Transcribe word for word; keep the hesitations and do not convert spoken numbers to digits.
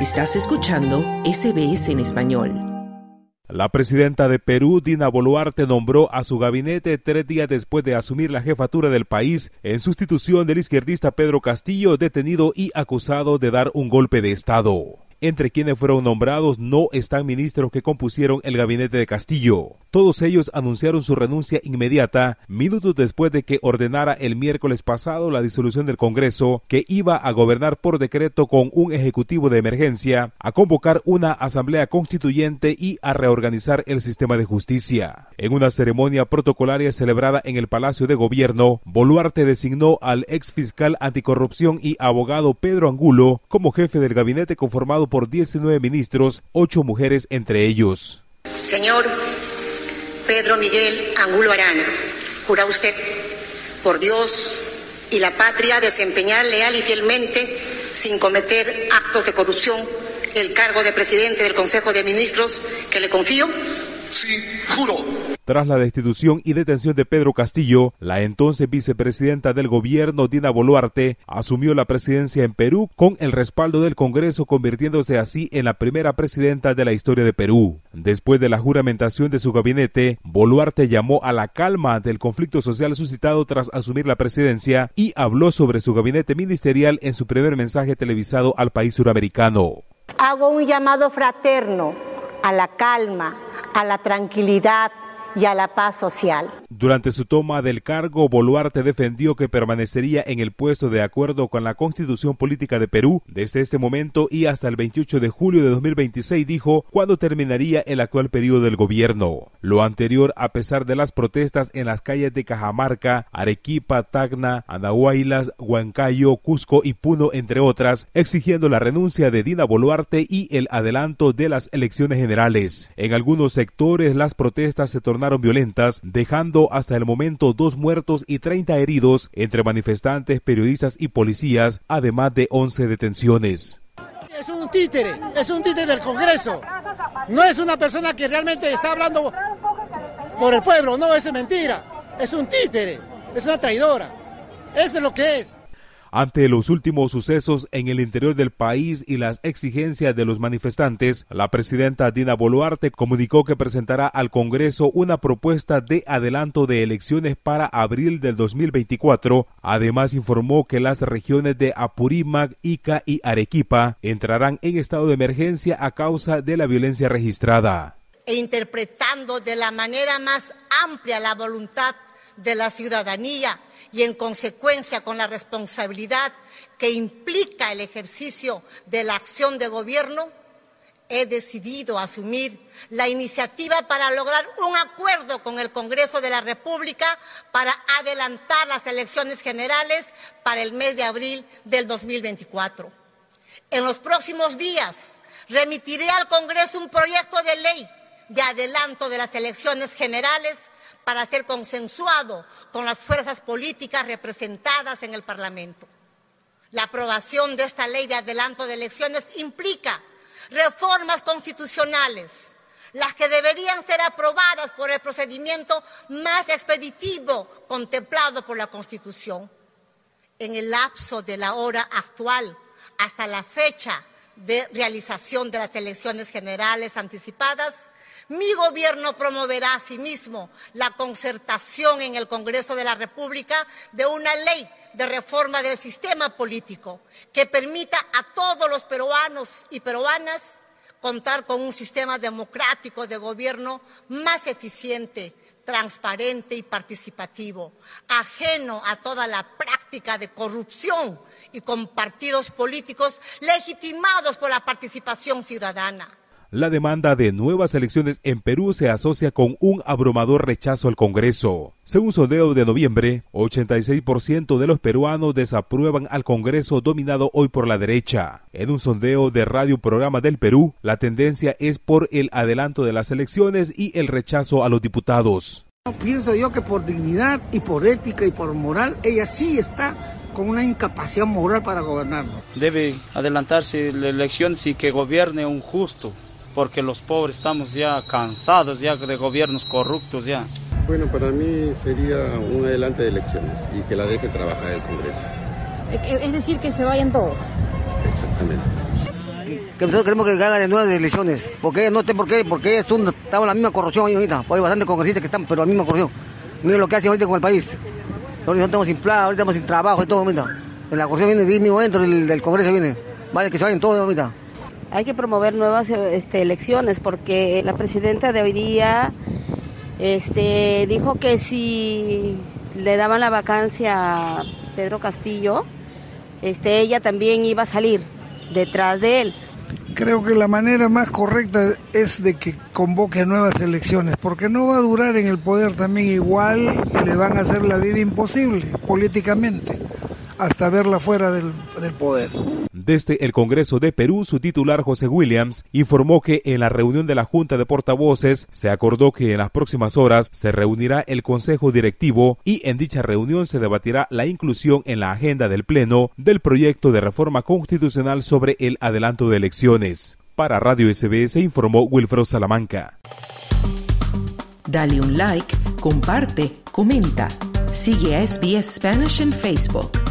Estás escuchando S B S en español. La presidenta de Perú, Dina Boluarte, nombró a su gabinete tres días después de asumir la jefatura del país en sustitución del izquierdista Pedro Castillo, detenido y acusado de dar un golpe de Estado. Entre quienes fueron nombrados no están ministros que compusieron el gabinete de Castillo. Todos ellos anunciaron su renuncia inmediata minutos después de que ordenara el miércoles pasado la disolución del Congreso, que iba a gobernar por decreto con un ejecutivo de emergencia, a convocar una asamblea constituyente y a reorganizar el sistema de justicia. En una ceremonia protocolaria celebrada en el Palacio de Gobierno, Boluarte designó al ex fiscal anticorrupción y abogado Pedro Angulo como jefe del gabinete, conformado por diecinueve ministros, ocho mujeres entre ellos. Señor Pedro Miguel Angulo Arana, ¿jura usted por Dios y la patria desempeñar leal y fielmente, sin cometer actos de corrupción, el cargo de presidente del Consejo de Ministros que le confío? Sí, juro. Tras la destitución y detención de Pedro Castillo, la entonces vicepresidenta del gobierno, Dina Boluarte, asumió la presidencia en Perú con el respaldo del Congreso, convirtiéndose así en la primera presidenta de la historia de Perú. Después de la juramentación de su gabinete, Boluarte llamó a la calma del conflicto social suscitado tras asumir la presidencia y habló sobre su gabinete ministerial en su primer mensaje televisado al país suramericano. Hago un llamado fraterno a la calma, a la tranquilidad y a la paz social. Durante su toma del cargo, Boluarte defendió que permanecería en el puesto de acuerdo con la Constitución Política de Perú desde este momento y hasta el veintiocho de julio de dos mil veintiséis, dijo, cuando terminaría el actual periodo del gobierno. Lo anterior a pesar de las protestas en las calles de Cajamarca, Arequipa, Tacna, Andahuaylas, Huancayo, Cusco y Puno, entre otras, exigiendo la renuncia de Dina Boluarte y el adelanto de las elecciones generales. En algunos sectores las protestas se tornaron violentas, dejando hasta el momento dos muertos y treinta heridos entre manifestantes, periodistas y policías, además de once detenciones. Es un títere, es un títere del Congreso. No es una persona que realmente está hablando por el pueblo, no, eso es mentira. Es un títere, es una traidora. Eso es lo que es. Ante los últimos sucesos en el interior del país y las exigencias de los manifestantes, la presidenta Dina Boluarte comunicó que presentará al Congreso una propuesta de adelanto de elecciones para abril del dos mil veinticuatro. Además, informó que las regiones de Apurímac, Ica y Arequipa entrarán en estado de emergencia a causa de la violencia registrada. E interpretando de la manera más amplia la voluntad de la ciudadanía y en consecuencia con la responsabilidad que implica el ejercicio de la acción de gobierno, he decidido asumir la iniciativa para lograr un acuerdo con el Congreso de la República para adelantar las elecciones generales para el mes de abril del dos mil veinticuatro. En los próximos días remitiré al Congreso un proyecto de ley de adelanto de las elecciones generales para ser consensuado con las fuerzas políticas representadas en el Parlamento. La aprobación de esta ley de adelanto de elecciones implica reformas constitucionales, las que deberían ser aprobadas por el procedimiento más expeditivo contemplado por la Constitución. En el lapso de la hora actual hasta la fecha de realización de las elecciones generales anticipadas, mi gobierno promoverá asimismo la concertación en el Congreso de la República de una ley de reforma del sistema político que permita a todos los peruanos y peruanas contar con un sistema democrático de gobierno más eficiente, transparente y participativo, ajeno a toda la práctica de corrupción y con partidos políticos legitimados por la participación ciudadana. La demanda de nuevas elecciones en Perú se asocia con un abrumador rechazo al Congreso. Según sondeo de noviembre, ochenta y seis por ciento de los peruanos desaprueban al Congreso dominado hoy por la derecha. En un sondeo de Radio Programa del Perú, la tendencia es por el adelanto de las elecciones y el rechazo a los diputados. Pienso yo que por dignidad y por ética y por moral, ella sí está con una incapacidad moral para gobernarnos. Debe adelantarse la elección y que gobierne un justo, porque los pobres estamos ya cansados ya de gobiernos corruptos ya. Bueno, para mí sería un adelante de elecciones y que la deje trabajar el Congreso. Es decir, que se vayan todos. Exactamente. que nosotros queremos que hagan de nuevas elecciones. Porque no sé por qué, porque es un, estamos en la misma corrupción ahí ahorita. Pues hay bastantes congresistas que están, pero la misma corrupción. Miren lo que hacen ahorita con el país. Ahorita estamos sin plata, ahorita estamos sin trabajo y todo, mira. En la corrupción viene mismo dentro del, del Congreso viene. Vale, que se vayan todos, mira. Hay que promover nuevas este, elecciones porque la presidenta de hoy día este, dijo que si le daban la vacancia a Pedro Castillo, este, ella también iba a salir detrás de él. Creo que la manera más correcta es de que convoque a nuevas elecciones, porque no va a durar en el poder también igual, le van a hacer la vida imposible políticamente, hasta verla fuera del, del poder. Desde el Congreso de Perú, su titular José Williams informó que en la reunión de la Junta de Portavoces se acordó que en las próximas horas se reunirá el Consejo Directivo y en dicha reunión se debatirá la inclusión en la agenda del Pleno del proyecto de reforma constitucional sobre el adelanto de elecciones. Para Radio S B S informó Wilfredo Salamanca. Dale un like, comparte, comenta. Sigue a S B S Spanish en Facebook.